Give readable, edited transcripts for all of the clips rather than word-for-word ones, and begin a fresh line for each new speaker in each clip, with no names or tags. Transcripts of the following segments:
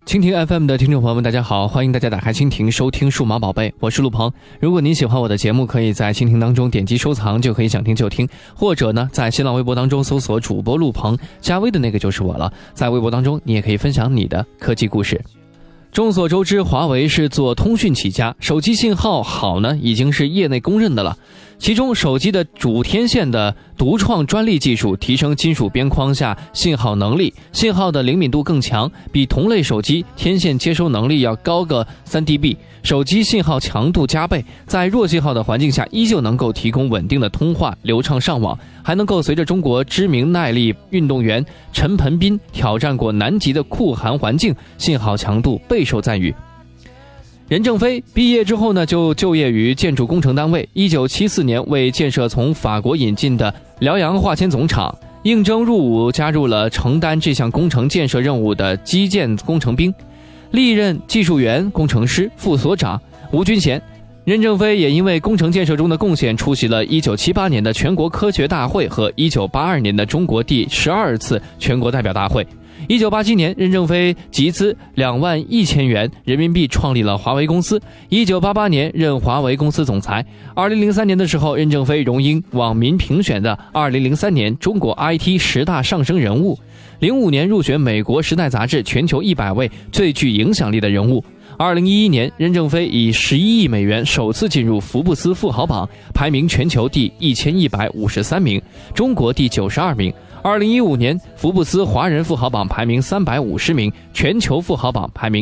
蜻蜓 FM 的听众朋友们，大家好，欢迎大家打开蜻蜓收听数码宝贝，我是陆鹏。如果您喜欢我的节目，可以在蜻蜓当中点击收藏，就可以想听就听，或者呢，在新浪微博当中搜索主播陆鹏，加微的那个就是我了。在微博当中，你也可以分享你的科技故事。众所周知，华为是做通讯起家，手机信号好呢，已经是业内公认的了。其中手机的主天线的独创专利技术，提升金属边框下信号能力，信号的灵敏度更强，比同类手机天线接收能力要高个3dB， 手机信号强度加倍，在弱信号的环境下依旧能够提供稳定的通话，流畅上网，还能够随着中国知名耐力运动员陈盆斌挑战过南极的酷寒环境，信号强度备受赞誉。任正非毕业之后呢，就业于建筑工程单位。1974年为建设从法国引进的辽阳化纤总厂，应征入伍，加入了承担这项工程建设任务的基建工程兵，历任技术员、工程师、副所长、无军衔。任正非也因为工程建设中的贡献，出席了1978年的全国科学大会和1982年的中国第12次全国代表大会。1987年，任正非集资21000元人民币创立了华为公司。1988年任华为公司总裁。2003年的时候，任正非荣膺网民评选的2003年中国 IT 10大上升人物。05年入选美国《时代》杂志全球100位最具影响力的人物。2011年，任正非以11亿美元首次进入福布斯富豪榜，排名全球第1153名，中国第92名。2015年，福布斯华人富豪榜排名350名，全球富豪榜排名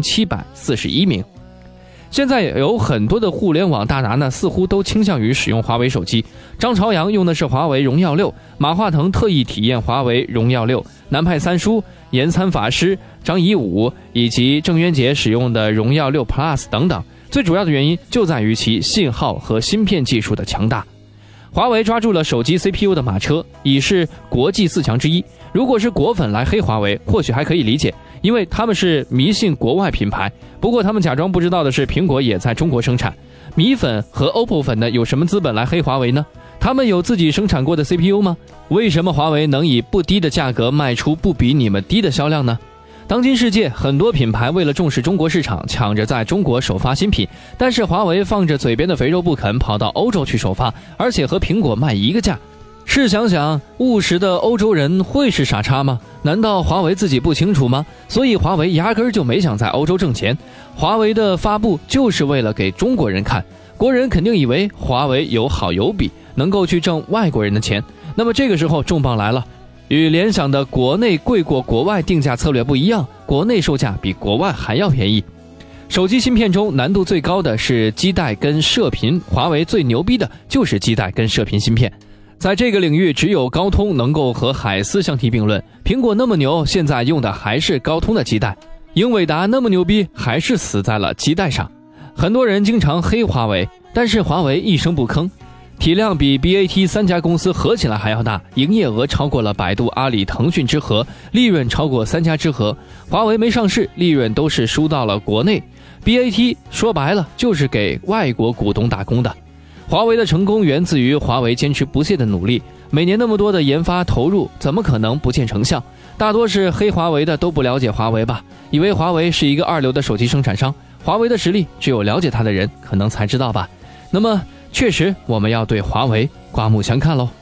1741名。现在有很多的互联网大拿呢，似乎都倾向于使用华为手机。张朝阳用的是华为荣耀6，马化腾特意体验华为荣耀6，南派三叔、严参法师、张颐武以及郑渊洁使用的荣耀6 Plus 等等。最主要的原因就在于其信号和芯片技术的强大。华为抓住了手机 CPU 的马车，已是国际4强之一。如果是果粉来黑华为，或许还可以理解，因为他们是迷信国外品牌。不过他们假装不知道的是，苹果也在中国生产。米粉和 OPPO 粉呢，有什么资本来黑华为呢？他们有自己生产过的 CPU 吗？为什么华为能以不低的价格卖出不比你们低的销量呢？当今世界，很多品牌为了重视中国市场，抢着在中国首发新品，但是华为放着嘴边的肥肉不肯，跑到欧洲去首发，而且和苹果卖一个价。试想想，务实的欧洲人会是傻叉吗？难道华为自己不清楚吗？所以华为压根儿就没想在欧洲挣钱。华为的发布就是为了给中国人看，国人肯定以为华为有好有比，能够去挣外国人的钱。那么这个时候重磅来了。与联想的国内贵过国外定价策略不一样，国内售价比国外还要便宜。手机芯片中难度最高的是基带跟射频，华为最牛逼的就是基带跟射频芯片。在这个领域，只有高通能够和海思相提并论。苹果那么牛，现在用的还是高通的基带；英伟达那么牛逼，还是死在了基带上。很多人经常黑华为，但是华为一声不吭。体量比 BAT 3家公司合起来还要大，营业额超过了百度、阿里、腾讯之和，利润超过3家之和。华为没上市，利润都是输到了国内。BAT 说白了就是给外国股东打工的。华为的成功源自于华为坚持不懈的努力，每年那么多的研发投入，怎么可能不见成效？大多是黑华为的都不了解华为吧，以为华为是一个2流的手机生产商，华为的实力只有了解它的人可能才知道吧。那么确实，我们要对华为刮目相看喽。